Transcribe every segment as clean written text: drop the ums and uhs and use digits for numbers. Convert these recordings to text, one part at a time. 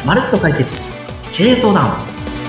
まるっと解決経営相談。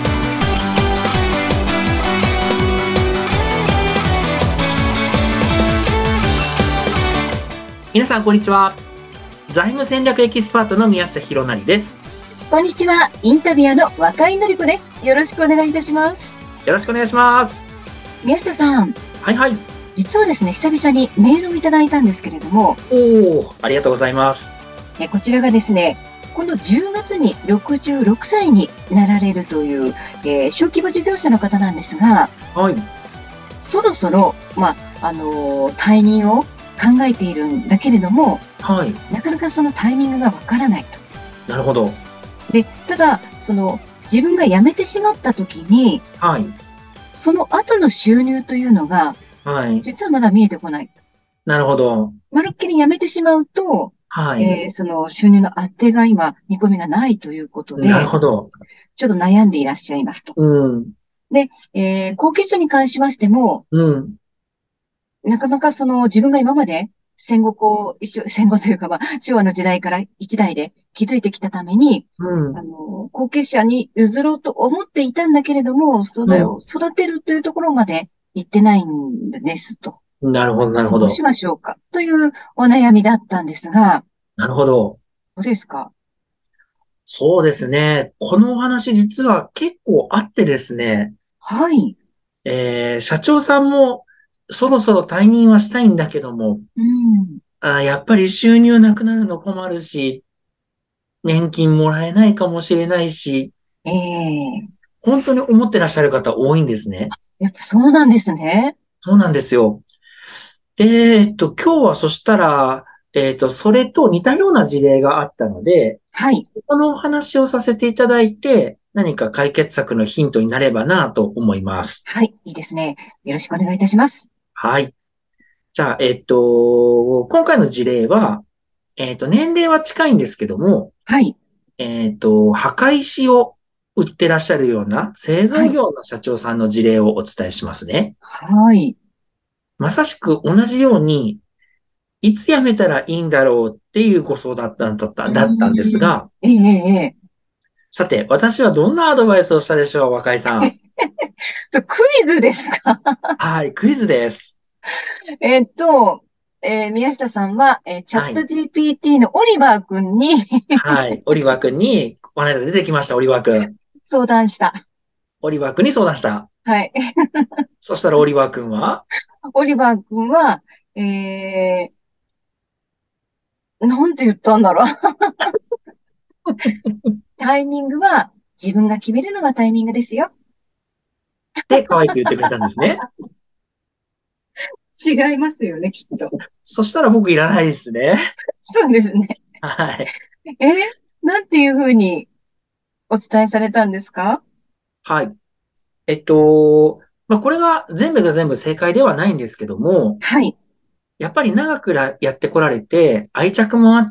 皆さんこんにちは。財務戦略エキスパートの宮下博成です。 こんにちは。インタビュアーの若井のり子です。よろしくお願いいたします。 よろしくお願いします。 宮下さん。 はいはい。 実はですね、久々にメールをいただいたんですけれども。 ありがとうございます。 こちらがですね、この10月に66歳になられるという、小規模事業者の方なんですが、 はい。 そろそろ、退任を考えているんだけれども、 はい。 なかなかそのタイミングがわからないと。 なるほど。 で、ただ、自分が辞めてしまった時に、 はい。 その後の収入というのが、 はい。 実はまだ見えてこない。 なるほど。 まるっきり辞めてしまうと、 はい。 その収入の当てが今見込みがないということなるで、 ほど。 ちょっと悩んでいらっしゃいますと。 うん。 で、後継者に関しましても、 うん。 なかなか自分が今まで戦後というか、昭和の時代から一代で築いてきたために、 うん。 後継者に譲ろうと思っていたんだけれども、それを育てるというところまで行ってないんですと。 うん。なるほど、なるほど。 どうしましょうかというお悩みだったんですが、 なるほど。 どうですか？ そうですね。このお話実は結構あってですね、 はい。 社長さんもそろそろ退任はしたいんだけども、 うん。 やっぱり収入なくなるの困るし、年金もらえないかもしれないし、 ええ、 本当に思ってらっしゃる方多いんですね。 やっぱそうなんですね。 そうなんですよ。で、今日はそしたら、それと似たような事例があったので、 はい。 このお話をさせていただいて、何か解決策のヒントになればなと思います。 はい。いいですね。よろしくお願いいたします。 はい。じゃあ、今回の事例は、年齢は近いんですけども、 はい。 墓石を売ってらっしゃるような製はい。 造業の社長さんの事例をお伝えしますね。 はい。 まさしく同じように、いつ辞めたらいいんだろうっていうご相談うーだったんですん。 が、 ええ、ええ。 さて、私はどんなアドバイスをしたでしょう、若井さん。 クイズですか？ はい、クイズです。 えっと、宮下さんは、チャットはい。 GPT のオリバー君にはい。オリバー君に、この間出てきました、オリバー君。 相談した。 オリバー君に相談した。 はい。 そしたらオリバー君は、 オリバー君は、えなんて言ったんだろう。タイミングは自分が決めるのがタイミングですよ。 で、可愛く言ってくれたんですね。 違いますよね、きっと。 そしたら僕いらないですね。 そうですね。 はい。 なんていうふうにお伝えされたんですか？ はい。これが全部が全部正解ではないんですけども、 はい。 やっぱり長くやってこられて、愛着もあって、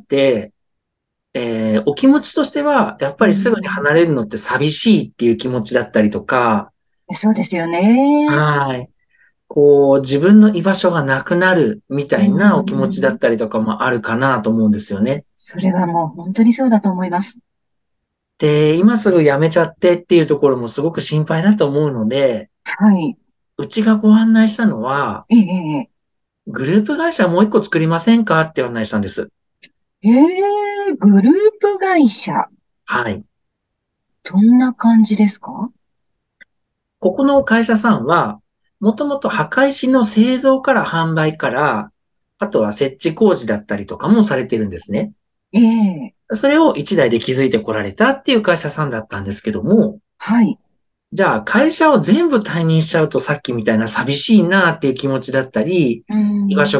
お気持ちとしては、やっうぱりすぐにん、 離れるのって寂しいっていう気持ちだったりとか、 そうですよね。 はい。こう、自分の居場所がなくなるみうたいなお気持ちだっん、 たりとかもあるかなと思うんですよね。 それはもう本当にそうだと思います。 で、今すぐ辞めちゃってっていうところもすごく心配だと思うので、 はい。 うちがご案内したのは、 ええ、 グループ会社もう一個作りませんかって案内したんです。 グループ会社。 はい。 どんな感じですか？ ここの会社さんは、もともと墓石の製造から販売から、あとは設置工事だったりとかもされてるんですね。 ええ、 それを一台で築いてこられたっていう会社さんだったんですけども、 はい。 じゃあ会社を全部退任しちゃうとさっきみたいな寂しいなっていう気持ちだったり、 うん、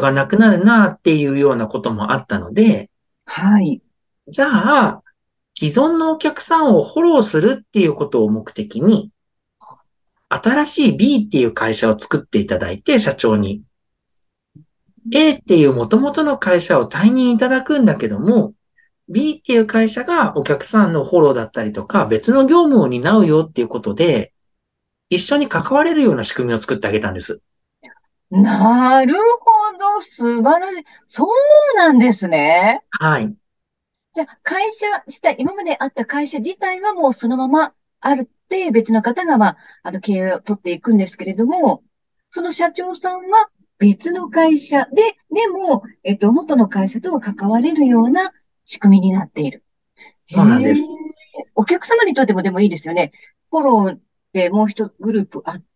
居場所がなくなるなっていうようなこともあったので、 はい。 じゃあ、既存のお客さんをフォローするっていうことを目的に、新しい B っていう会社を作っていただいて、社長に。A っていう元々の会社を退任いただくんだけども、B っていう会社がお客さんのフォローだったりとか、別の業務を担うよっていうことで、一緒に関われるような仕組みを作ってあげたんです。 なるほど、素晴らしい。そうなんですね。 はい。 じゃあ、会社自体、今まであった会社自体はもうそのままあるって、別の方が、経営を取っていくんですけれども、その社長さんは別の会社で、でも、元の会社とは関われるような仕組みになっている。へそうなんでえ。 す。 お客様にとってもでもいいですよね。フォローでもう一グループあって、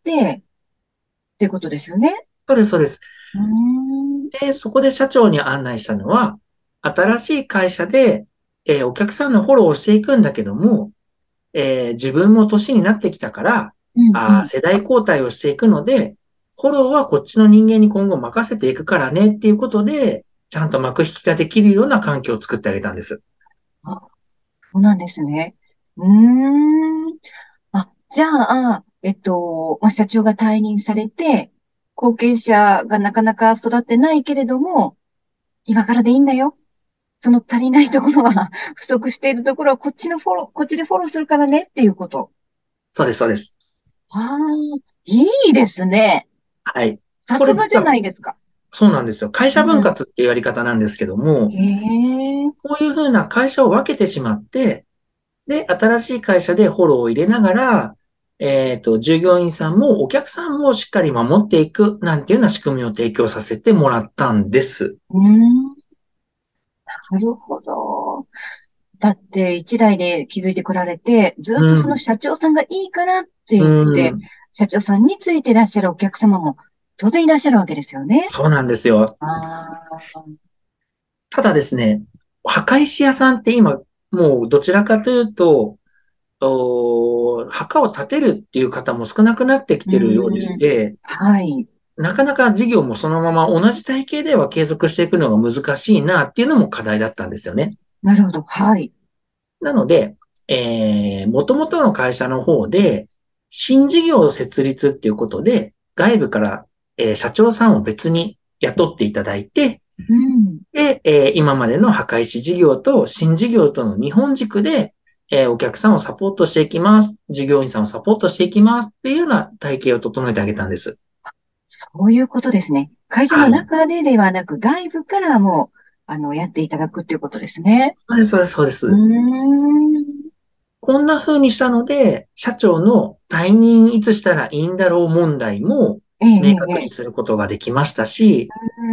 っていうことですよね。 そうです、そうです。 うーん。 で、そこで社長に案内したのは、新しい会社で、お客さんのフォローをしていくんだけども、自分も年になってきたから、 うんうん。 世代交代をしていくので、フォローはこっちの人間に今後任せていくからねっていうことで、ちゃんと幕引きができるような環境を作ってあげたんです。 あ、そうなんですね。うーん。じゃあ、社長が退任されて、後継者がなかなか育ってないけれども、今からでいいんだよ。その足りないところは、不足しているところはこっちでフォローするからねっていうこと。 そうです、そうです。 ああ、いいですね。 はい。 さすがじゃこれ実はないですか。 そうなんですよ。会社分うん。 割っていうやり方なんですけども、 へえ。 こういうふうな会社を分けてしまって、で、新しい会社でフォローを入れながら、従業員さんもお客さんもしっかり守っていくなんていうような仕組みを提供させてもらったんです。 うーん。なるほど。だって、一代で築いてこられて、ずっとそのうん、 社長さんがいいからってう言って、 ん、 社長さんについていらっしゃるお客様も当然いらっしゃるわけですよね。 そうなんですよ。 ああ、 ただですね、墓石屋さんって今、もうどちらかというと、墓を建てるっていう方も少なくなってきうてるようでしーん。 て、 はい。 なかなか事業もそのまま同じ体系では継続していくのが難しいなっていうのも課題だったんですよね。 なるほど。はい。 なので、元々の会社の方で、新事業設立っていうことで、外部から、社長さんを別に雇っていただいて、 うん。 で、今までの墓石事業と新事業との日本軸で、お客さんをサポートしていきます。従業員さんをサポートしていきますっていうような体系を整えてあげたんです。 そういうことですね。会社のはい。 中でではなく、外部からも、やっていただくっていうことですね。 そうです、そうです、そうでうーす。 ん。 こんな風にしたので、社長の退任いつしたらいいんだろう問題もええ、 明確ええ、ええ。 にすることができましたし、 うん。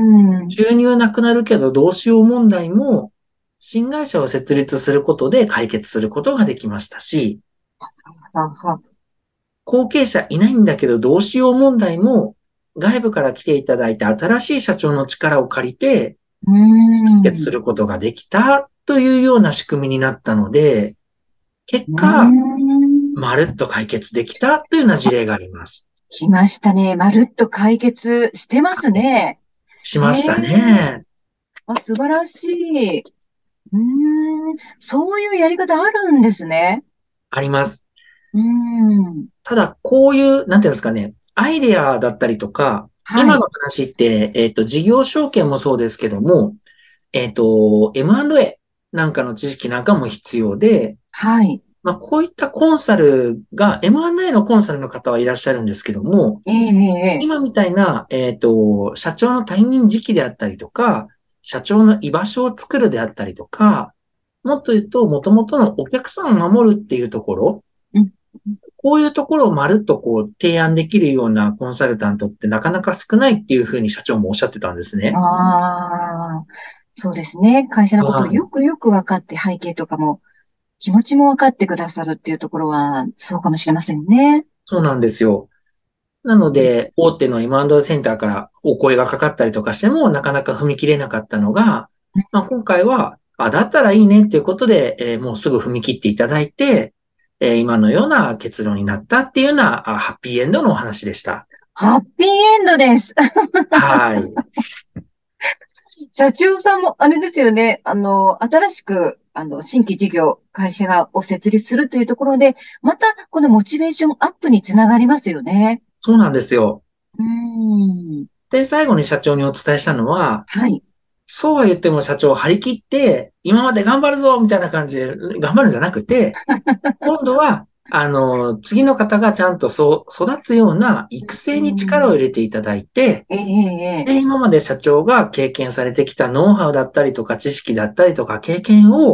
収入なくなるけどどうしよう問題も新会社を設立することで解決することができましたし、 はは。 後継者いないんだけどどうしよう問題も外部から来ていただいて新しい社長の力を借りてうー解決すん。 ることができたというような仕組みになったので、結うー果、 ん。 まるっと解決できたというような事例があります。 来ましたね。まるっと解決してますね。へしましたえ。 ね。 素晴らしい。うーん。そういうやり方あるんですね。 あります。 うーん。 ただ、こういう、なんていうんですかね、アイデアだったりとか、今のはい。 話って、事業承継もそうですけども、M&A なんかの知識なんかも必要で、 はい。 まあ、こういったコンサルが、M&A のコンサルの方はいらっしゃるんですけども、 ええ、ええ。 今みたいな、社長の退任時期であったりとか、社長の居場所を作るであったりとか、もっと言うと、元々のお客さんを守るっていうところ、 うん。 こういうところをまるっとこう提案できるようなコンサルタントってなかなか少ないっていうふうに社長もおっしゃってたんですね。 ああ、そうですね。会社のことをはい。 よくよく分かって、背景とかも、気持ちも分かってくださるっていうところは、そうかもしれませんね。 そうなんですよ。なのうん。 で、大手の M&A センターからお声がかかったりとかしても、なかなか踏み切れなかったのが、まあ、今回は、だったらいいねっていうことで、もうすぐ踏み切っていただいて、今のような結論になったっていうような、ハッピーエンドのお話でした。 ハッピーエンドです。 はい。 社長さんも、あれですよね。新しく、新規事業、会社を設立するというところで、また、このモチベーションアップにつながりますよね。 そうなんですよ。 うーん。 で、最後に社長にお伝えしたのは、 はい。 そうは言っても社長張り切って、今まで頑張るぞみたいな感じで頑張るんじゃなくて、今度は、次の方がちゃんとそう育つような育う成に力を入ん。 れていただいて、 ええ、ええ。 で、今まで社長が経験されてきたノウハウだったりとか知識だったりとか経験を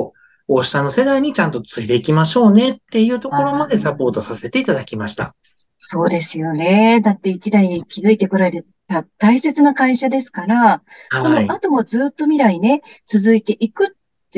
下の世代にちゃんと継いでいきましょうねっていうところまでサポートあ、 させていただきました。 そうですよね。だって一代築いてこられた大切な会社ですから、こはい。 の後もずっと未来ね、続いていくって、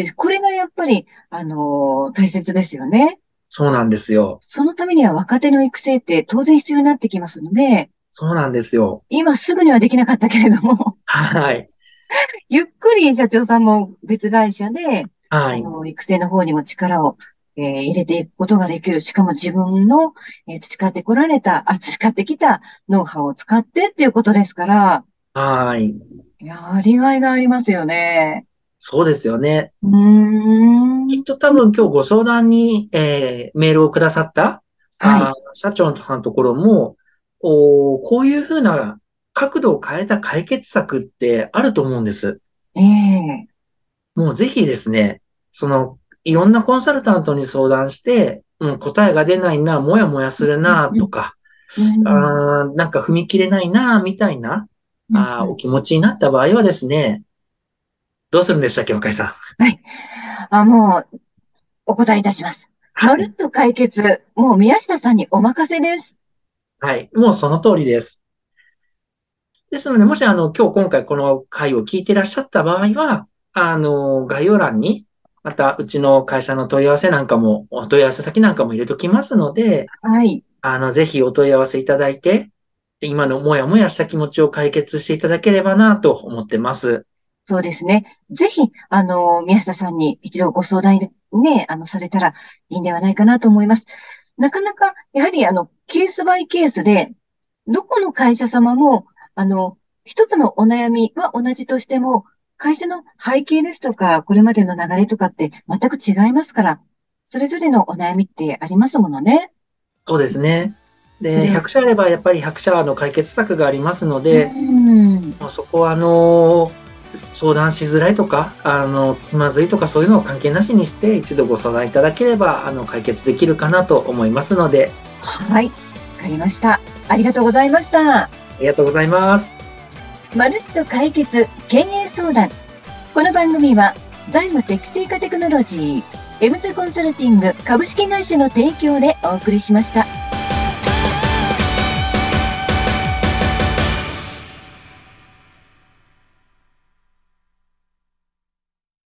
これがやっぱり、大切ですよね。 そうなんですよ。 そのためには若手の育成って当然必要になってきますので、 そうなんですよ。 今すぐにはできなかったけれども、 はい。 ゆっくり社長さんも別会社で、 はい。 育成の方にも力を、入れていくことができる。しかも自分の、培ってきたノウハウを使ってっていうことですから、 はい。 いやー、やりがいがありますよね。 そうですよね。 うーん。 きっと多分今日ご相談に、メールをくださった、 はい。 社長さんのところも、こういうふうな角度を変えた解決策ってあると思うんです。 ええ。 もうぜひですね、いろんなコンサルタントに相談して、答えが出ないな、もやもやするな、 うん、 とか、 うん、 なんか踏み切れないな、みたいな、 うん、うん。 お気持ちになった場合はですね、どうするんでしたっけ、若井さん。 はい。もう、お答えいたします。 はい。 まるっと解決。もう宮下さんにお任せです。 はい。もうその通りです。ですので、もし今回この回を聞いていらっしゃった場合は、概要欄に、またうちの会社の問い合わせなんかも、お問い合わせ先なんかも入れときますので、 はい。 ぜひお問い合わせいただいて、今のもやもやした気持ちを解決していただければなと思ってます。 そうですね。ぜひ、宮下さんに一度ご相談ね、されたらいいんではないかなと思います。なかなか、やはり、ケースバイケースで、どこの会社様も、一つのお悩みは同じとしても、会社の背景ですとか、これまでの流れとかって全く違いますから、それぞれのお悩みってありますものね。 そうですね。で、 それを、 100社あればやっぱり100社の解決策がありますのうーで、 ん、 もうそこは相談しづらいとか、気まずいとかそういうのを関係なしにして一度ご相談いただければ、解決できるかなと思いますので、 はい、わかりました。ありがとうございました。 ありがとうございます。 まるっと解決経営相談。この番組は財務適正化テクノロジー、エムズコンサルティング株式会社の提供でお送りしました。